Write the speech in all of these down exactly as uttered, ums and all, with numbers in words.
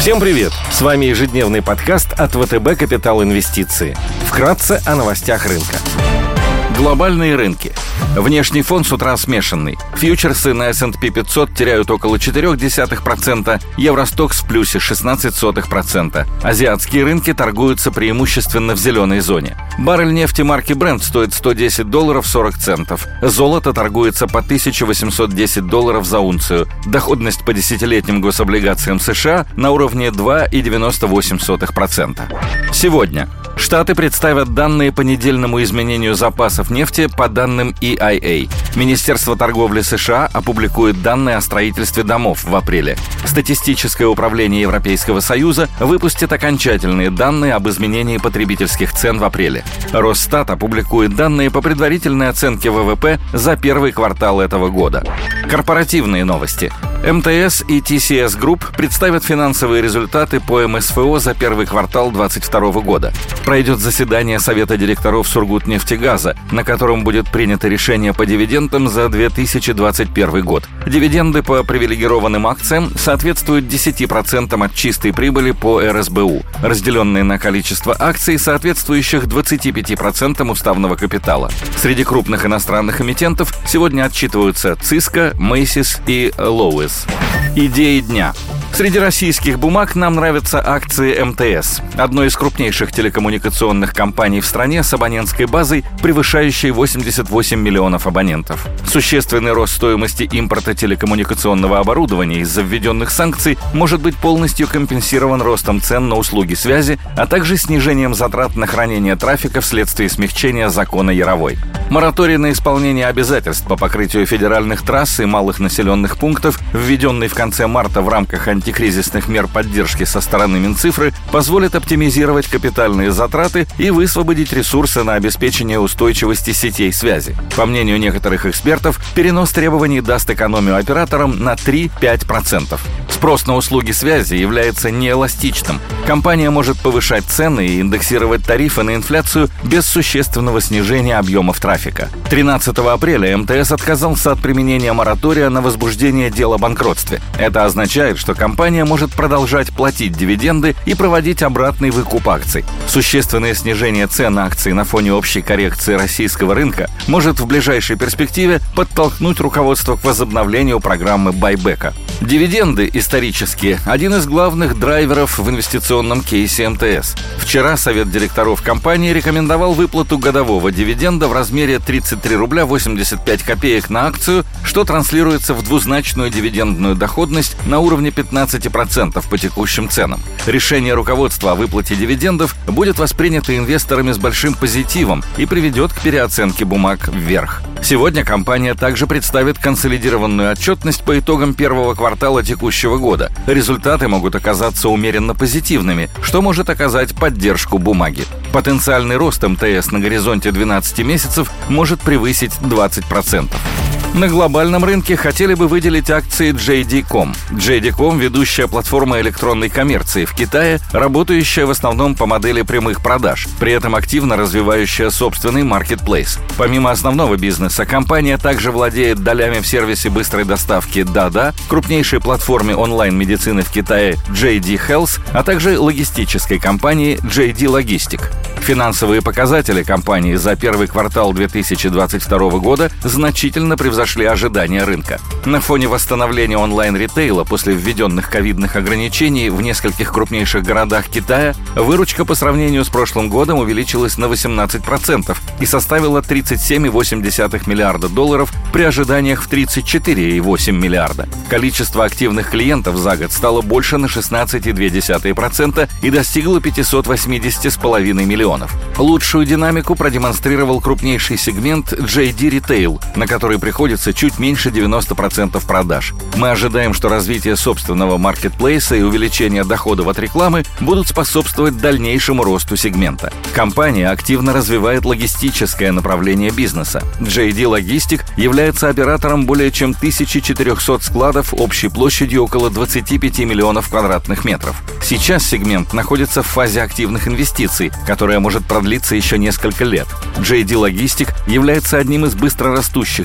Всем привет! С вами ежедневный подкаст от вэ тэ бэ «Капитал Инвестиции». Вкратце о новостях рынка. Глобальные рынки. Внешний фон с утра смешанный. Фьючерсы на эс энд пи пятьсот теряют около ноль целых четыре десятых процента, Евростокс в плюсе шестнадцать сотых процента. Азиатские рынки торгуются преимущественно в зеленой зоне. Баррель нефти марки Brent стоит сто десять долларов сорок центов. Золото торгуется по тысяча восемьсот десять долларов за унцию. Доходность по десятилетним гособлигациям США на уровне два целых девяносто восемь сотых процента. Сегодня Штаты представят данные по недельному изменению запасов нефти по данным и ай эй. Министерство торговли США опубликует данные о строительстве домов в апреле. Статистическое управление Европейского Союза выпустит окончательные данные об изменении потребительских цен в апреле. Росстат опубликует данные по предварительной оценке вэ вэ пэ за первый квартал этого года. Корпоративные новости. эм тэ эс и ти си эс Group представят финансовые результаты по эм эс эф о за первый квартал две тысячи двадцать второго года. Пройдет заседание Совета директоров Сургутнефтегаза, на котором будет принято решение по дивидендам за две тысячи двадцать первый год. Дивиденды по привилегированным акциям соответствуют десяти процентам от чистой прибыли по эр эс бэ у, разделенные на количество акций, соответствующих двадцати пяти процентам уставного капитала. Среди крупных иностранных эмитентов сегодня отчитываются Cisco, Macy's и Lowe's. Идеи дня. Среди российских бумаг нам нравятся акции эм тэ эс, одной из крупнейших телекоммуникационных компаний в стране с абонентской базой, превышающей восемьдесят восемь миллионов абонентов. Существенный рост стоимости импорта телекоммуникационного оборудования из-за введенных санкций может быть полностью компенсирован ростом цен на услуги связи, а также снижением затрат на хранение трафика вследствие смягчения закона Яровой. Мораторий на исполнение обязательств по покрытию федеральных трасс и малых населенных пунктов, введенный в конце марта в рамках антикризисных мер поддержки со стороны Минцифры, позволит оптимизировать капитальные затраты и высвободить ресурсы на обеспечение устойчивости сетей связи. По мнению некоторых экспертов, перенос требований даст экономию операторам на три-пять процентов. Спрос на услуги связи является неэластичным. Компания может повышать цены и индексировать тарифы на инфляцию без существенного снижения объемов трафика. тринадцатого апреля эм тэ эс отказался от применения моратория на возбуждение дел о банкротстве. Это означает, что компания может продолжать платить дивиденды и проводить обратный выкуп акций. Существенное снижение цен на акции на фоне общей коррекции российского рынка может в ближайшей перспективе подтолкнуть руководство к возобновлению программы байбека. Дивиденды исторически – один из главных драйверов в инвестиционном кейсе эм тэ эс. Вчера Совет директоров компании рекомендовал выплату годового дивиденда в размере тридцать три рубля восемьдесят пять копеек на акцию, что транслируется в двузначную дивидендную доходность на уровне пятнадцати процентов по текущим ценам. Решение руководства о выплате дивидендов будет воспринято инвесторами с большим позитивом и приведет к переоценке бумаг вверх. Сегодня компания также представит консолидированную отчетность по итогам первого квартала текущего года. Результаты могут оказаться умеренно позитивными, что может оказать поддержку бумаги. Потенциальный рост эм тэ эс на горизонте двенадцати месяцев может превысить двадцать процентов. На глобальном рынке хотели бы выделить акции джей ди точка ком. джей ди точка ком – ведущая платформа электронной коммерции в Китае, работающая в основном по модели прямых продаж, при этом активно развивающая собственный маркетплейс. Помимо основного бизнеса, компания также владеет долями в сервисе быстрой доставки Dada, крупнейшей платформе онлайн-медицины в Китае джей ди Health, а также логистической компании джей ди Logistic. Финансовые показатели компании за первый квартал две тысячи двадцать второго года значительно превзошли ожидания рынка. На фоне восстановления онлайн-ритейла после введенных ковидных ограничений в нескольких крупнейших городах Китая выручка по сравнению с прошлым годом увеличилась на восемнадцать процентов и составила тридцать семь целых восемь десятых миллиарда долларов при ожиданиях в тридцать четыре целых восемь миллиарда. Количество активных клиентов за год стало больше на шестнадцать целых две десятых процента и достигло пятьсот восемьдесят целых пять десятых миллионов. Лучшую динамику продемонстрировал крупнейший сегмент джей ди Retail, на который приходится чуть меньше девяноста процентов продаж. Мы ожидаем, что развитие собственного маркетплейса и увеличение доходов от рекламы будут способствовать дальнейшему росту сегмента. Компания активно развивает логистическое направление бизнеса. джей ди Logistic является оператором более чем тысячи четырехсот складов общей площадью около двадцати пяти миллионов квадратных метров. Сейчас сегмент находится в фазе активных инвестиций, которая может продлиться еще несколько лет. джей ди Logistic является одним из быстрорастущих сегментов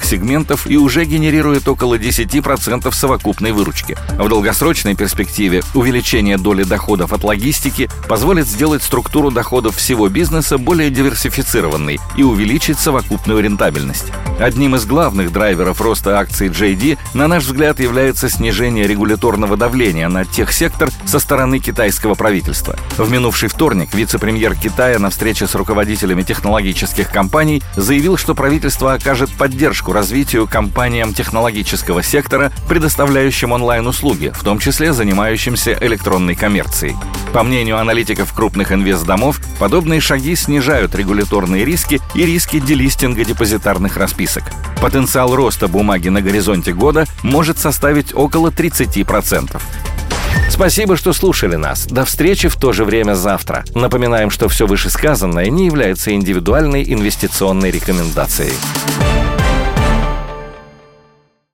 клиентов и уже генерирует около десять процентов совокупной выручки. В долгосрочной перспективе увеличение доли доходов от логистики позволит сделать структуру доходов всего бизнеса более диверсифицированной и увеличить совокупную рентабельность. Одним из главных драйверов роста акций джей ди, на наш взгляд, является снижение регуляторного давления на техсектор со стороны китайского правительства. В минувший вторник вице-премьер Китая на встрече с руководителями технологических компаний заявил, что правительство окажет поддержку развитию компаниям технологического сектора, предоставляющим онлайн-услуги, в том числе занимающимся электронной коммерцией. По мнению аналитиков крупных инвестдомов, подобные шаги снижают регуляторные риски и риски делистинга депозитарных расписок. Потенциал роста бумаги на горизонте года может составить около тридцать процентов. Спасибо, что слушали нас. До встречи в то же время завтра. Напоминаем, что все вышесказанное не является индивидуальной инвестиционной рекомендацией.